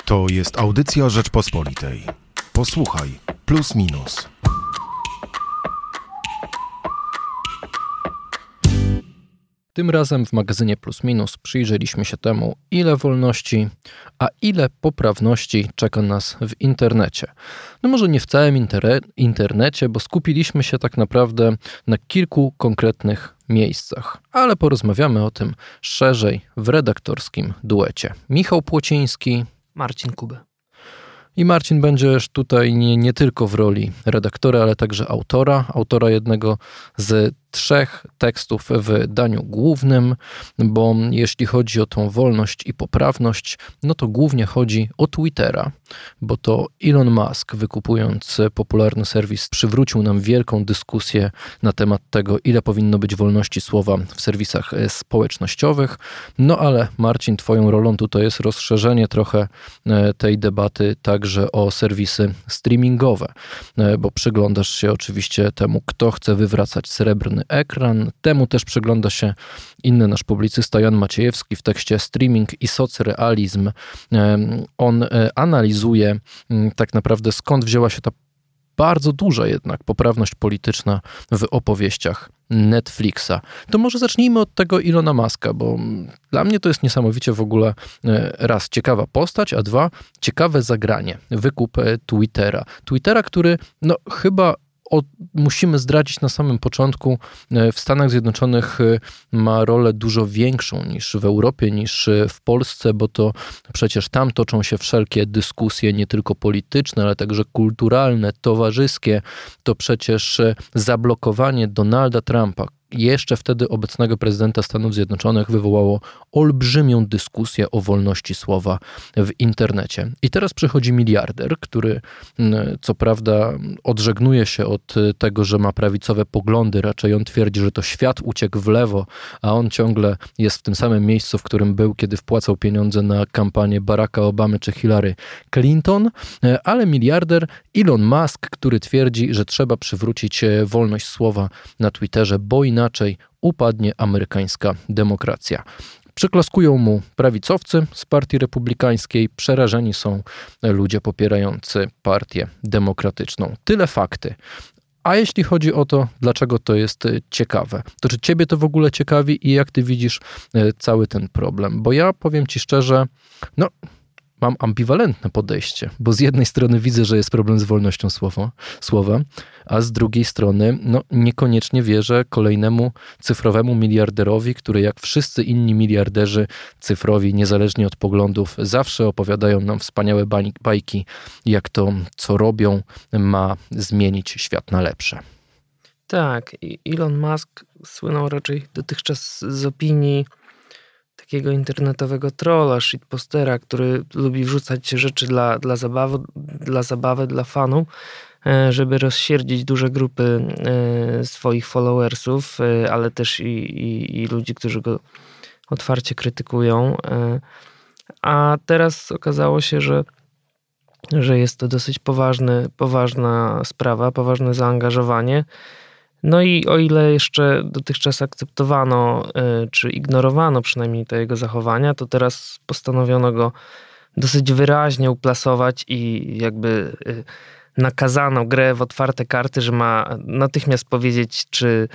To jest audycja Rzeczpospolitej. Posłuchaj, plus minus. Tym razem w magazynie Plus Minus przyjrzeliśmy się temu, ile wolności, a ile poprawności czeka nas w internecie. No może nie w całym internecie, bo skupiliśmy się tak naprawdę na kilku konkretnych miejscach, ale porozmawiamy o tym szerzej w redaktorskim duecie. Michał Płociński, Marcin Kubę. I Marcin będziesz tutaj nie tylko w roli redaktora, ale także autora jednego z 3 tekstów w daniu głównym, bo jeśli chodzi o tą wolność i poprawność, no to głównie chodzi o Twittera, bo to Elon Musk, wykupując popularny serwis, przywrócił nam wielką dyskusję na temat tego, ile powinno być wolności słowa w serwisach społecznościowych. No ale Marcin, twoją rolą tutaj jest rozszerzenie trochę tej debaty także o serwisy streamingowe, bo przyglądasz się oczywiście temu, kto chce wywracać srebrny ekran. Temu też przygląda się inny nasz publicysta Jan Maciejewski w tekście Streaming i socrealizm. On analizuje tak naprawdę, skąd wzięła się ta bardzo duża jednak poprawność polityczna w opowieściach Netflixa. To może zacznijmy od tego Elona Muska, bo dla mnie to jest niesamowicie w ogóle raz ciekawa postać, a 2 ciekawe zagranie, wykup Twittera, który no chyba musimy zdradzić na samym początku, w Stanach Zjednoczonych ma rolę dużo większą niż w Europie, niż w Polsce, bo to przecież tam toczą się wszelkie dyskusje, nie tylko polityczne, ale także kulturalne, towarzyskie. To przecież zablokowanie Donalda Trumpa, jeszcze wtedy obecnego prezydenta Stanów Zjednoczonych, wywołało olbrzymią dyskusję o wolności słowa w internecie. I teraz przychodzi miliarder, który co prawda odżegnuje się od tego, że ma prawicowe poglądy, raczej on twierdzi, że to świat uciekł w lewo, a on ciągle jest w tym samym miejscu, w którym był, kiedy wpłacał pieniądze na kampanię Baracka Obamy czy Hillary Clinton, ale miliarder Elon Musk, który twierdzi, że trzeba przywrócić wolność słowa na Twitterze, bo inaczej upadnie amerykańska demokracja. Przyklaskują mu prawicowcy z Partii Republikańskiej, przerażeni są ludzie popierający Partię Demokratyczną. Tyle fakty. A jeśli chodzi o to, dlaczego to jest ciekawe, to czy ciebie to w ogóle ciekawi i jak ty widzisz cały ten problem? Bo ja powiem ci szczerze, mam ambiwalentne podejście, bo z jednej strony widzę, że jest problem z wolnością słowa, a z drugiej strony niekoniecznie wierzę kolejnemu cyfrowemu miliarderowi, który jak wszyscy inni miliarderzy cyfrowi, niezależnie od poglądów, zawsze opowiadają nam wspaniałe bajki, jak to, co robią, ma zmienić świat na lepsze. Tak, Elon Musk słynął raczej dotychczas z opinii takiego internetowego trolla, shitpostera, który lubi wrzucać rzeczy dla zabawy, dla fanów, żeby rozsierdzić duże grupy swoich followersów, ale też i ludzi, którzy go otwarcie krytykują. A teraz okazało się, że jest to dosyć poważna sprawa, poważne zaangażowanie. No i o ile jeszcze dotychczas akceptowano, czy ignorowano przynajmniej te jego zachowania, to teraz postanowiono go dosyć wyraźnie uplasować i jakby nakazano grę w otwarte karty, że ma natychmiast powiedzieć, czy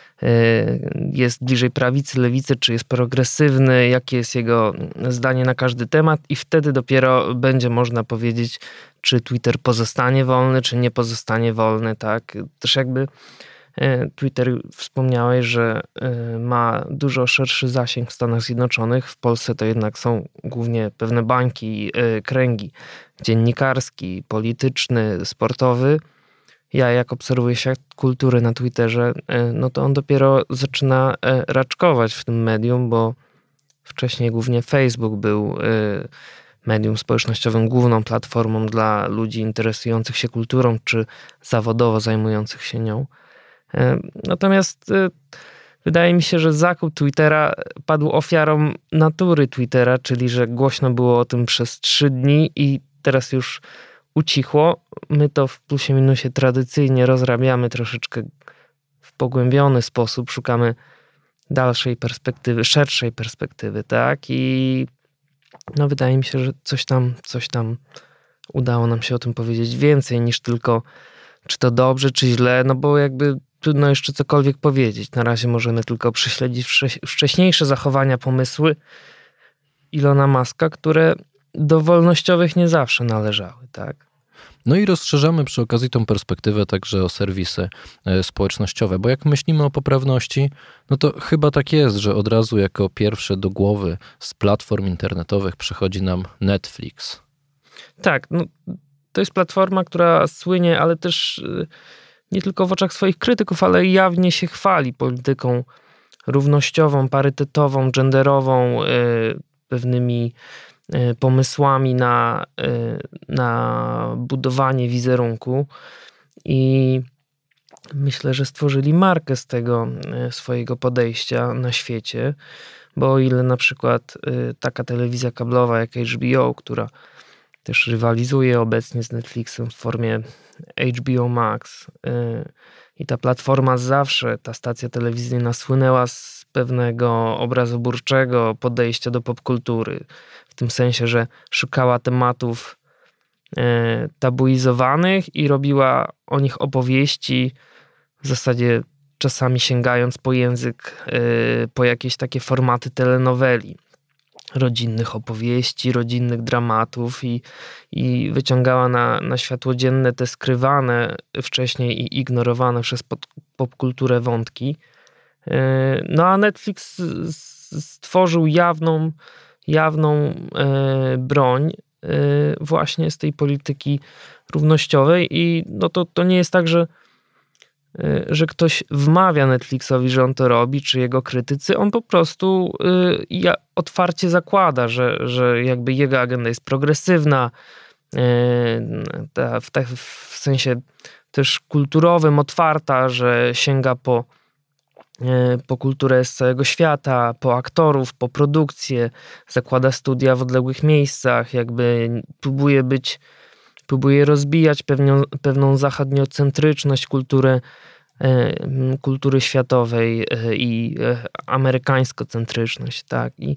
jest bliżej prawicy, lewicy, czy jest progresywny, jakie jest jego zdanie na każdy temat i wtedy dopiero będzie można powiedzieć, czy Twitter pozostanie wolny, czy nie pozostanie wolny, tak? Też jakby Twitter, wspomniałeś, że ma dużo szerszy zasięg w Stanach Zjednoczonych. W Polsce to jednak są głównie pewne bańki, kręgi dziennikarski, polityczny, sportowy. Ja jak obserwuję świat kultury na Twitterze, no to on dopiero zaczyna raczkować w tym medium, bo wcześniej głównie Facebook był medium społecznościowym, główną platformą dla ludzi interesujących się kulturą, czy zawodowo zajmujących się nią. Natomiast wydaje mi się, że zakup Twittera padł ofiarą natury Twittera, czyli że głośno było o tym przez 3 dni i teraz już ucichło. My to w Plusie Minusie tradycyjnie rozrabiamy troszeczkę w pogłębiony sposób, szukamy dalszej perspektywy, szerszej perspektywy, tak? I No wydaje mi się, że coś tam udało nam się o tym powiedzieć więcej niż tylko czy to dobrze, czy źle, no bo jakby trudno jeszcze cokolwiek powiedzieć. Na razie możemy tylko prześledzić wcześniejsze zachowania, pomysły Ilona Muska, które do wolnościowych nie zawsze należały, tak? No i rozszerzamy przy okazji tą perspektywę także o serwisy społecznościowe, bo jak myślimy o poprawności, no to chyba tak jest, że od razu jako pierwsze do głowy z platform internetowych przychodzi nam Netflix. Tak, no, to jest platforma, która słynie, ale też nie tylko w oczach swoich krytyków, ale jawnie się chwali polityką równościową, parytetową, genderową, pewnymi pomysłami na budowanie wizerunku i myślę, że stworzyli markę z tego swojego podejścia na świecie, bo o ile na przykład taka telewizja kablowa jak HBO, która też rywalizuje obecnie z Netflixem w formie HBO Max i ta platforma zawsze, ta stacja telewizyjna słynęła z pewnego obrazoburczego podejścia do popkultury. W tym sensie, że szukała tematów tabuizowanych i robiła o nich opowieści, w zasadzie czasami sięgając po język, po jakieś takie formaty telenoweli, rodzinnych opowieści, rodzinnych dramatów i wyciągała na światło dzienne te skrywane wcześniej i ignorowane przez popkulturę wątki. No a Netflix stworzył jawną broń właśnie z tej polityki równościowej i no to nie jest tak, że ktoś wmawia Netflixowi, że on to robi, czy jego krytycy. On po prostu otwarcie zakłada, że jakby jego agenda jest progresywna, w sensie też kulturowym, otwarta, że sięga po kulturę z całego świata, po aktorów, po produkcję, zakłada studia w odległych miejscach, jakby próbuje rozbijać pewną zachodniocentryczność kultury światowej i amerykańskocentryczność, tak? I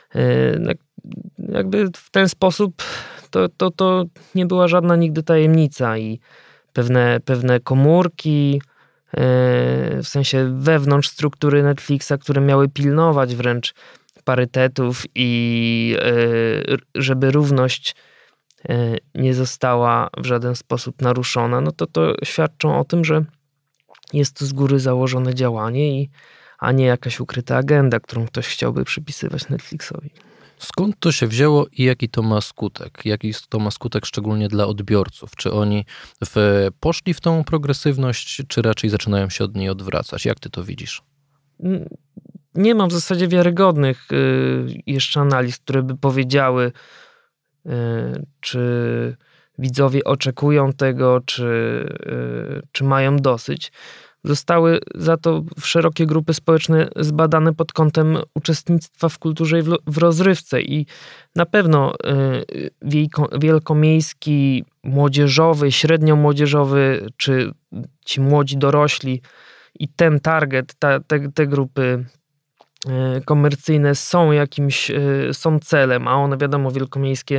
jakby w ten sposób to nie była żadna nigdy tajemnica i pewne komórki, w sensie wewnątrz struktury Netflixa, które miały pilnować wręcz parytetów i żeby równość nie została w żaden sposób naruszona, no to świadczą o tym, że jest to z góry założone działanie, a nie jakaś ukryta agenda, którą ktoś chciałby przypisywać Netflixowi. Skąd to się wzięło i jaki to ma skutek? Jaki to ma skutek szczególnie dla odbiorców? Czy oni poszli w tą progresywność, czy raczej zaczynają się od niej odwracać? Jak ty to widzisz? Nie mam w zasadzie wiarygodnych jeszcze analiz, które by powiedziały, czy widzowie oczekują tego, czy mają dosyć. Zostały za to szerokie grupy społeczne zbadane pod kątem uczestnictwa w kulturze i w rozrywce i na pewno wielkomiejski, młodzieżowy, średnio młodzieżowy, czy ci młodzi dorośli i ten target, te grupy komercyjne są celem, a one wiadomo wielkomiejskie,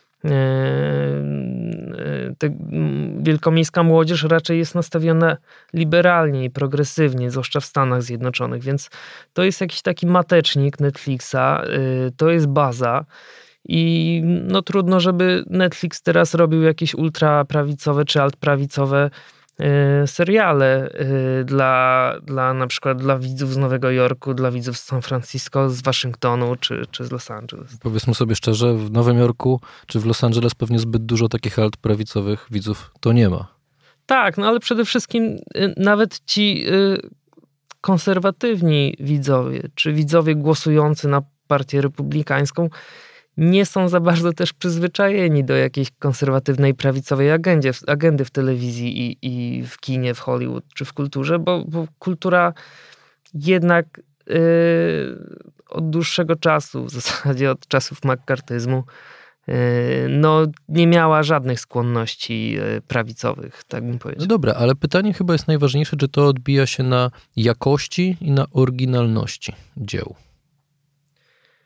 wielkomiejska młodzież raczej jest nastawiona liberalnie i progresywnie, zwłaszcza w Stanach Zjednoczonych, więc to jest jakiś taki matecznik Netflixa, to jest baza i no trudno, żeby Netflix teraz robił jakieś ultraprawicowe czy altprawicowe seriale dla na przykład dla widzów z Nowego Jorku, dla widzów z San Francisco, z Waszyngtonu czy z Los Angeles. Powiedzmy sobie szczerze, w Nowym Jorku czy w Los Angeles pewnie zbyt dużo takich altprawicowych widzów to nie ma. Tak, no ale przede wszystkim nawet ci konserwatywni widzowie, czy widzowie głosujący na partię republikańską nie są za bardzo też przyzwyczajeni do jakiejś konserwatywnej, prawicowej agendy w telewizji i w kinie, w Hollywood czy w kulturze, bo kultura jednak od dłuższego czasu, w zasadzie od czasów makkartyzmu, no nie miała żadnych skłonności prawicowych, tak bym powiedział. No dobra, ale pytanie chyba jest najważniejsze, czy to odbija się na jakości i na oryginalności dzieł.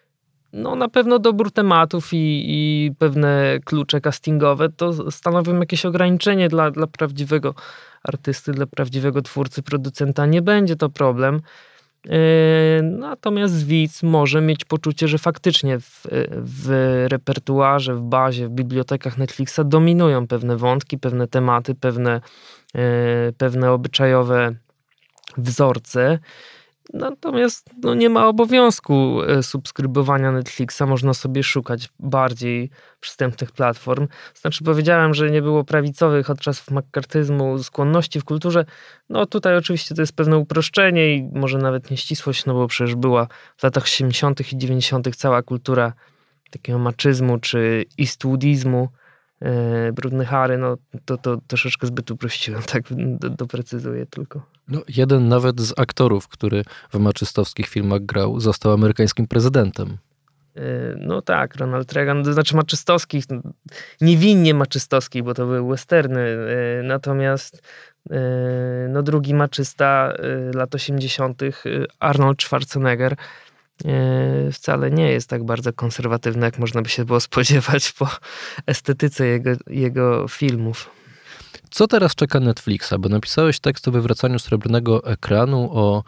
No na pewno dobór tematów i pewne klucze castingowe to stanowią jakieś ograniczenie dla prawdziwego artysty, dla prawdziwego twórcy, producenta. Nie będzie to problem. Natomiast widz może mieć poczucie, że faktycznie w repertuarze, w bazie, w bibliotekach Netflixa dominują pewne wątki, pewne tematy, pewne obyczajowe wzorce. Natomiast nie ma obowiązku subskrybowania Netflixa, można sobie szukać bardziej przystępnych platform. Znaczy powiedziałem, że nie było prawicowych od czasów makkartyzmu skłonności w kulturze. No tutaj oczywiście to jest pewne uproszczenie i może nawet nieścisłość, no bo przecież była w latach 80. i 90. cała kultura takiego maczyzmu czy eastwoodizmu, brudny Harry, no to troszeczkę zbyt uprościłem, tak doprecyzuję tylko. No, jeden nawet z aktorów, który w maczystowskich filmach grał, został amerykańskim prezydentem. No tak, Ronald Reagan, to znaczy maczystowskich, niewinnie maczystowskich, bo to były westerny, natomiast drugi maczysta lat 80. Arnold Schwarzenegger wcale nie jest tak bardzo konserwatywny, jak można by się było spodziewać po estetyce jego filmów. Co teraz czeka Netflixa? Bo napisałeś tekst o wywracaniu srebrnego ekranu, o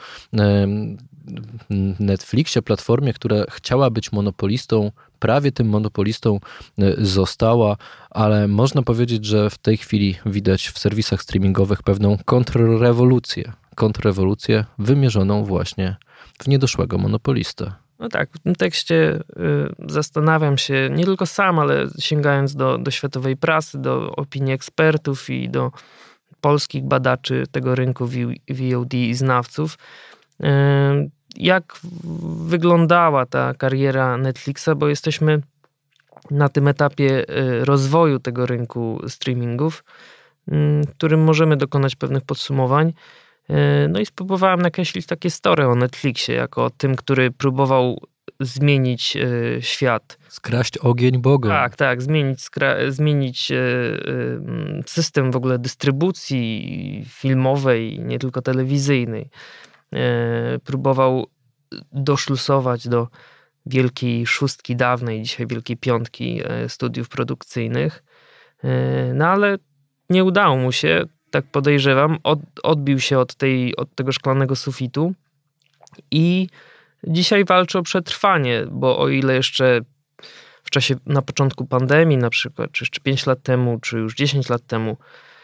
Netflixie, platformie, która chciała być monopolistą, prawie tym monopolistą została, ale można powiedzieć, że w tej chwili widać w serwisach streamingowych pewną kontrrewolucję wymierzoną właśnie w niedoszłego monopolistę. No tak, w tym tekście zastanawiam się, nie tylko sam, ale sięgając do światowej prasy, do opinii ekspertów i do polskich badaczy tego rynku VOD i znawców, jak wyglądała ta kariera Netflixa, bo jesteśmy na tym etapie rozwoju tego rynku streamingów, w którym możemy dokonać pewnych podsumowań. No i spróbowałem nakreślić takie story o Netflixie, jako o tym, który próbował zmienić świat. Skraść ogień Boga. Tak, zmienić system w ogóle dystrybucji filmowej, nie tylko telewizyjnej. Próbował doszlusować do wielkiej szóstki dawnej, dzisiaj wielkiej piątki studiów produkcyjnych. No ale nie udało mu się, tak podejrzewam, odbił się od tego szklanego sufitu i dzisiaj walczy o przetrwanie, bo o ile jeszcze na początku pandemii na przykład, czy jeszcze 5 lat temu, czy już 10 lat temu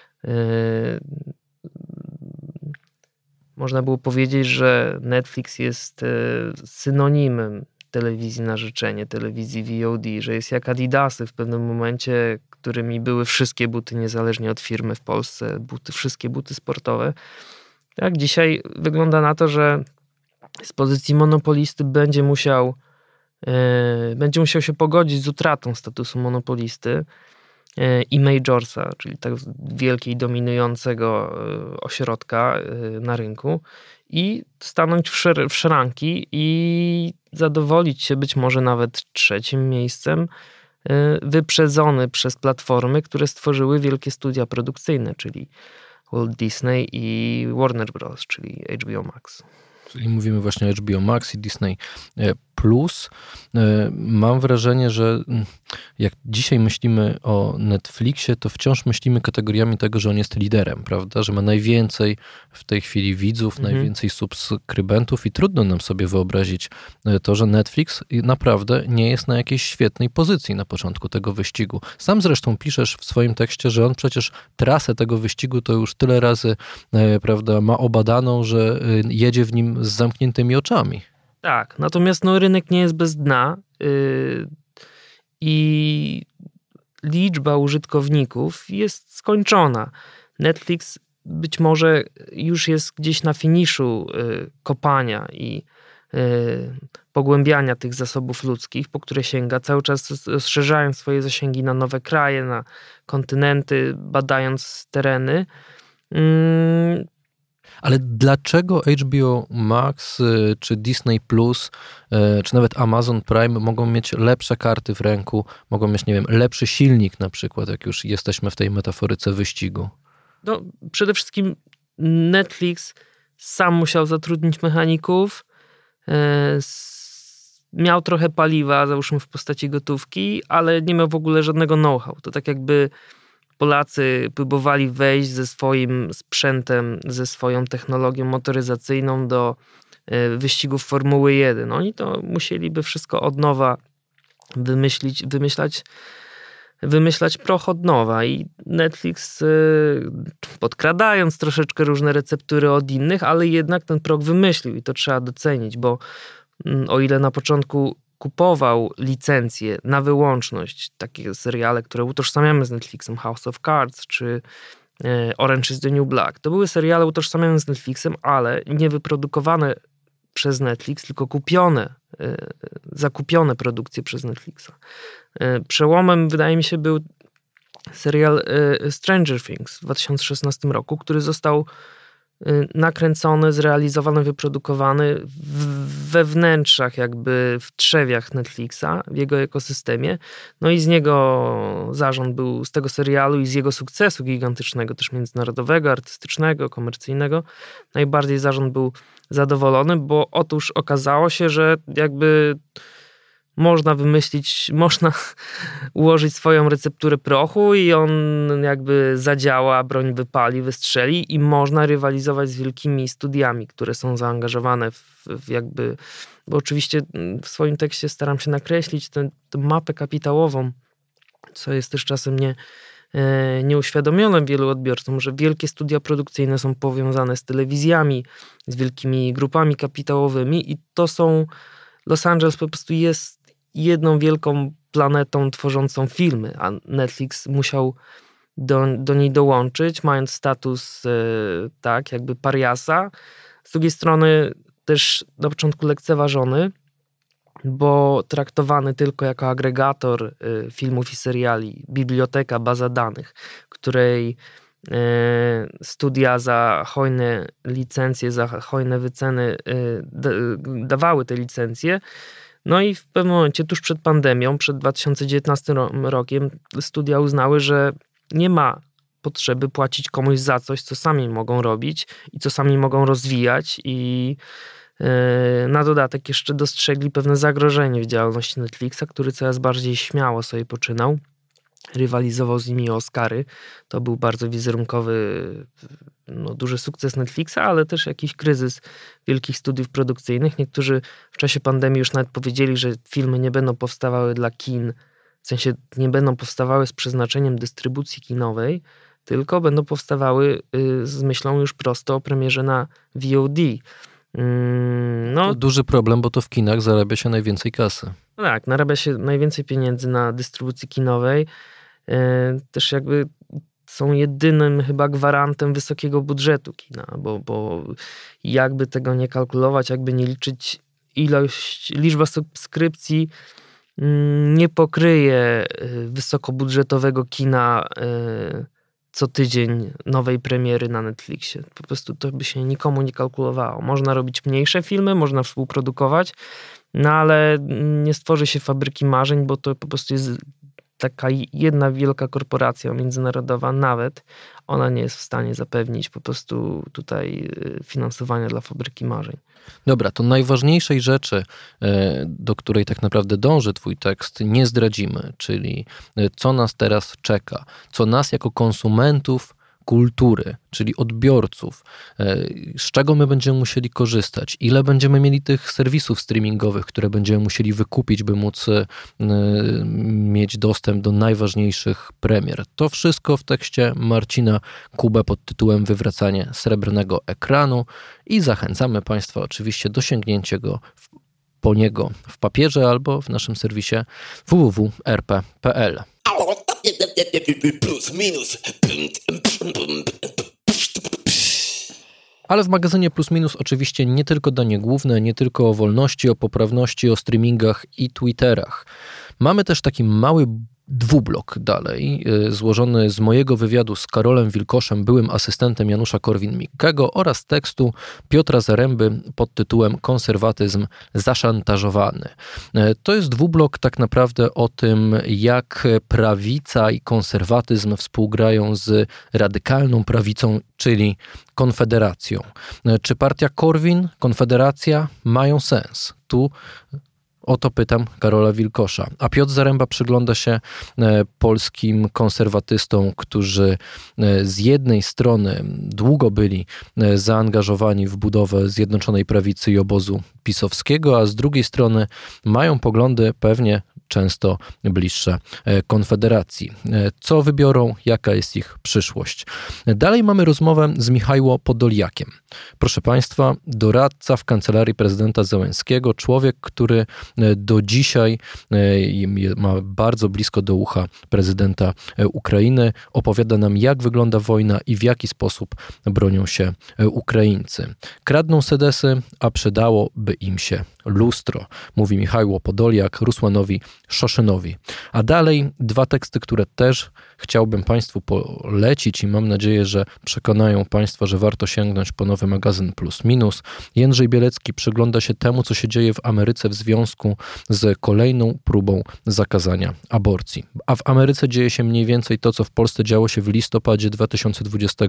można było powiedzieć, że Netflix jest synonimem telewizji na życzenie, telewizji VOD, że jest jak Adidasy w pewnym momencie, którymi były wszystkie buty, niezależnie od firmy w Polsce, wszystkie buty sportowe. Tak, dzisiaj wygląda na to, że z pozycji monopolisty będzie musiał się pogodzić z utratą statusu monopolisty i majorsa, czyli tak wielkiej, dominującego ośrodka na rynku i stanąć w szranki i zadowolić się być może nawet 3. miejscem, wyprzedzony przez platformy, które stworzyły wielkie studia produkcyjne, czyli Walt Disney i Warner Bros., czyli HBO Max. Czyli mówimy właśnie o HBO Max i Disney Plus. Mam wrażenie, że jak dzisiaj myślimy o Netflixie, to wciąż myślimy kategoriami tego, że on jest liderem, prawda? Że ma najwięcej w tej chwili widzów, najwięcej subskrybentów i trudno nam sobie wyobrazić to, że Netflix naprawdę nie jest na jakiejś świetnej pozycji na początku tego wyścigu. Sam zresztą piszesz w swoim tekście, że on przecież trasę tego wyścigu to już tyle razy, prawda, ma obadaną, że jedzie w nim z zamkniętymi oczami. Tak, natomiast rynek nie jest bez dna i liczba użytkowników jest skończona. Netflix być może już jest gdzieś na finiszu kopania i pogłębiania tych zasobów ludzkich, po które sięga, cały czas rozszerzając swoje zasięgi na nowe kraje, na kontynenty, badając tereny. Ale dlaczego HBO Max, czy Disney Plus, czy nawet Amazon Prime mogą mieć lepsze karty w ręku, mogą mieć, nie wiem, lepszy silnik na przykład, jak już jesteśmy w tej metaforyce wyścigu? No, przede wszystkim Netflix sam musiał zatrudnić mechaników, miał trochę paliwa, załóżmy w postaci gotówki, ale nie miał w ogóle żadnego know-how. To tak jakby Polacy próbowali wejść ze swoim sprzętem, ze swoją technologią motoryzacyjną do wyścigów Formuły 1. Oni to musieliby wszystko od nowa wymyślać proch od nowa i Netflix, podkradając troszeczkę różne receptury od innych, ale jednak ten proch wymyślił i to trzeba docenić, bo o ile na początku kupował licencje na wyłączność, takie seriale, które utożsamiamy z Netflixem, House of Cards czy Orange is the New Black. To były seriale utożsamiane z Netflixem, ale nie wyprodukowane przez Netflix, tylko zakupione produkcje przez Netflixa. Przełomem, wydaje mi się, był serial Stranger Things w 2016 roku, który został nakręcony, zrealizowany, wyprodukowany we wnętrzach, jakby w trzewiach Netflixa, w jego ekosystemie. No i z niego zarząd był, z tego serialu i z jego sukcesu gigantycznego, też międzynarodowego, artystycznego, komercyjnego, najbardziej zarząd był zadowolony, bo otóż okazało się, że jakby można wymyślić, można ułożyć swoją recepturę prochu i on jakby zadziała, broń wypali, wystrzeli i można rywalizować z wielkimi studiami, które są zaangażowane w jakby, bo oczywiście w swoim tekście staram się nakreślić tę mapę kapitałową, co jest też czasem nieuświadomione wielu odbiorcom, że wielkie studia produkcyjne są powiązane z telewizjami, z wielkimi grupami kapitałowymi i to są, Los Angeles po prostu jest jedną wielką planetą tworzącą filmy, a Netflix musiał do niej dołączyć, mając status tak jakby pariasa. Z drugiej strony też na początku lekceważony, bo traktowany tylko jako agregator filmów i seriali, biblioteka, baza danych, której studia za hojne licencje, za hojne wyceny dawały te licencje. No i w pewnym momencie, tuż przed pandemią, przed 2019 rokiem, studia uznały, że nie ma potrzeby płacić komuś za coś, co sami mogą robić i co sami mogą rozwijać i na dodatek jeszcze dostrzegli pewne zagrożenie w działalności Netflixa, który coraz bardziej śmiało sobie poczynał. Rywalizował z nimi o Oscary. To był bardzo wizerunkowy, duży sukces Netflixa, ale też jakiś kryzys wielkich studiów produkcyjnych. Niektórzy w czasie pandemii już nawet powiedzieli, że filmy nie będą powstawały dla kin, w sensie nie będą powstawały z przeznaczeniem dystrybucji kinowej, tylko będą powstawały z myślą już prosto o premierze na VOD. To duży problem, bo to w kinach zarabia się najwięcej kasy. No tak, narabia się najwięcej pieniędzy na dystrybucji kinowej. Też jakby są jedynym chyba gwarantem wysokiego budżetu kina, bo jakby tego nie kalkulować, jakby nie liczyć, liczba subskrypcji nie pokryje wysokobudżetowego kina co tydzień nowej premiery na Netflixie. Po prostu to by się nikomu nie kalkulowało. Można robić mniejsze filmy, można współprodukować, no ale nie stworzy się fabryki marzeń, bo to po prostu jest taka jedna wielka korporacja międzynarodowa, nawet ona nie jest w stanie zapewnić po prostu tutaj finansowania dla fabryki marzeń. Dobra, to najważniejszej rzeczy, do której tak naprawdę dąży twój tekst, nie zdradzimy, czyli co nas teraz czeka, co nas jako konsumentów kultury, czyli odbiorców, z czego my będziemy musieli korzystać, ile będziemy mieli tych serwisów streamingowych, które będziemy musieli wykupić, by móc mieć dostęp do najważniejszych premier. To wszystko w tekście Marcina Kubę pod tytułem Wywracanie srebrnego ekranu i zachęcamy Państwa oczywiście do sięgnięcia po niego w papierze albo w naszym serwisie www.rp.pl. Plus minus. Ale w magazynie Plus Minus oczywiście nie tylko danie główne, nie tylko o wolności, o poprawności, o streamingach i Twitterach. Mamy też taki mały dwublok dalej, złożony z mojego wywiadu z Karolem Wilkoszem, byłym asystentem Janusza Korwin-Mikkego oraz tekstu Piotra Zaręby pod tytułem Konserwatyzm zaszantażowany. To jest dwublok tak naprawdę o tym, jak prawica i konserwatyzm współgrają z radykalną prawicą, czyli Konfederacją. Czy partia Korwin, Konfederacja mają sens? Tu O to pytam Karola Wilkosza. A Piotr Zaręba przygląda się polskim konserwatystom, którzy z jednej strony długo byli zaangażowani w budowę Zjednoczonej Prawicy i obozu pisowskiego, a z drugiej strony mają poglądy pewnie często bliższe Konfederacji. Co wybiorą, jaka jest ich przyszłość? Dalej mamy rozmowę z Michaiło Podoliakiem. Proszę Państwa, doradca w Kancelarii Prezydenta Zełenskiego, człowiek, który do dzisiaj ma bardzo blisko do ucha prezydenta Ukrainy, opowiada nam, jak wygląda wojna i w jaki sposób bronią się Ukraińcy. Kradną sedesy, a przydałoby im się lustro, mówi Michaiło Podoliak Rusłanowi Szoszynowi. A dalej dwa teksty, które też chciałbym Państwu polecić i mam nadzieję, że przekonają Państwa, że warto sięgnąć po nowy magazyn Plus Minus. Jędrzej Bielecki przygląda się temu, co się dzieje w Ameryce w związku z kolejną próbą zakazania aborcji. A w Ameryce dzieje się mniej więcej to, co w Polsce działo się w listopadzie 2020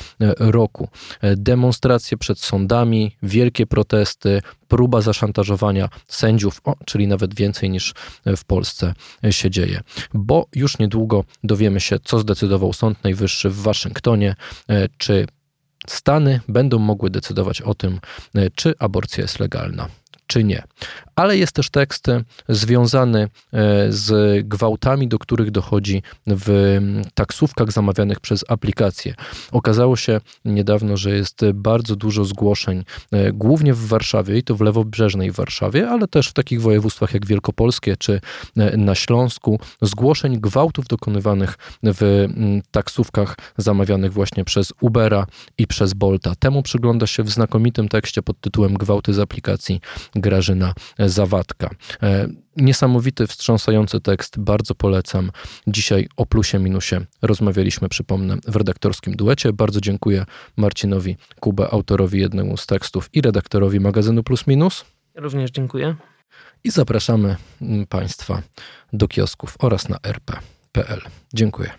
roku. Demonstracje przed sądami, wielkie protesty, próba zaszantażowania sędziów, czyli nawet więcej niż w Polsce się dzieje. Bo już niedługo dowiemy się, co zdecydował Sąd Najwyższy w Waszyngtonie, czy Stany będą mogły decydować o tym, czy aborcja jest legalna, czy nie. Ale jest też tekst związany z gwałtami, do których dochodzi w taksówkach zamawianych przez aplikacje. Okazało się niedawno, że jest bardzo dużo zgłoszeń, głównie w Warszawie i to w lewobrzeżnej Warszawie, ale też w takich województwach jak Wielkopolskie czy na Śląsku, zgłoszeń gwałtów dokonywanych w taksówkach zamawianych właśnie przez Ubera i przez Bolta. Temu przygląda się w znakomitym tekście pod tytułem Gwałty z aplikacji Grażyna Zawadka. Niesamowity, wstrząsający tekst, bardzo polecam. Dzisiaj o plusie, minusie rozmawialiśmy, przypomnę, w redaktorskim duecie. Bardzo dziękuję Marcinowi Kubę, autorowi jednego z tekstów i redaktorowi magazynu Plus Minus. Również dziękuję. I zapraszamy Państwa do kiosków oraz na rp.pl. Dziękuję.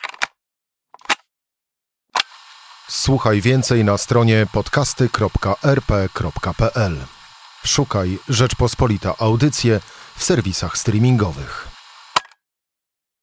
Słuchaj więcej na stronie podcasty.rp.pl. Szukaj Rzeczpospolita Audycje w serwisach streamingowych.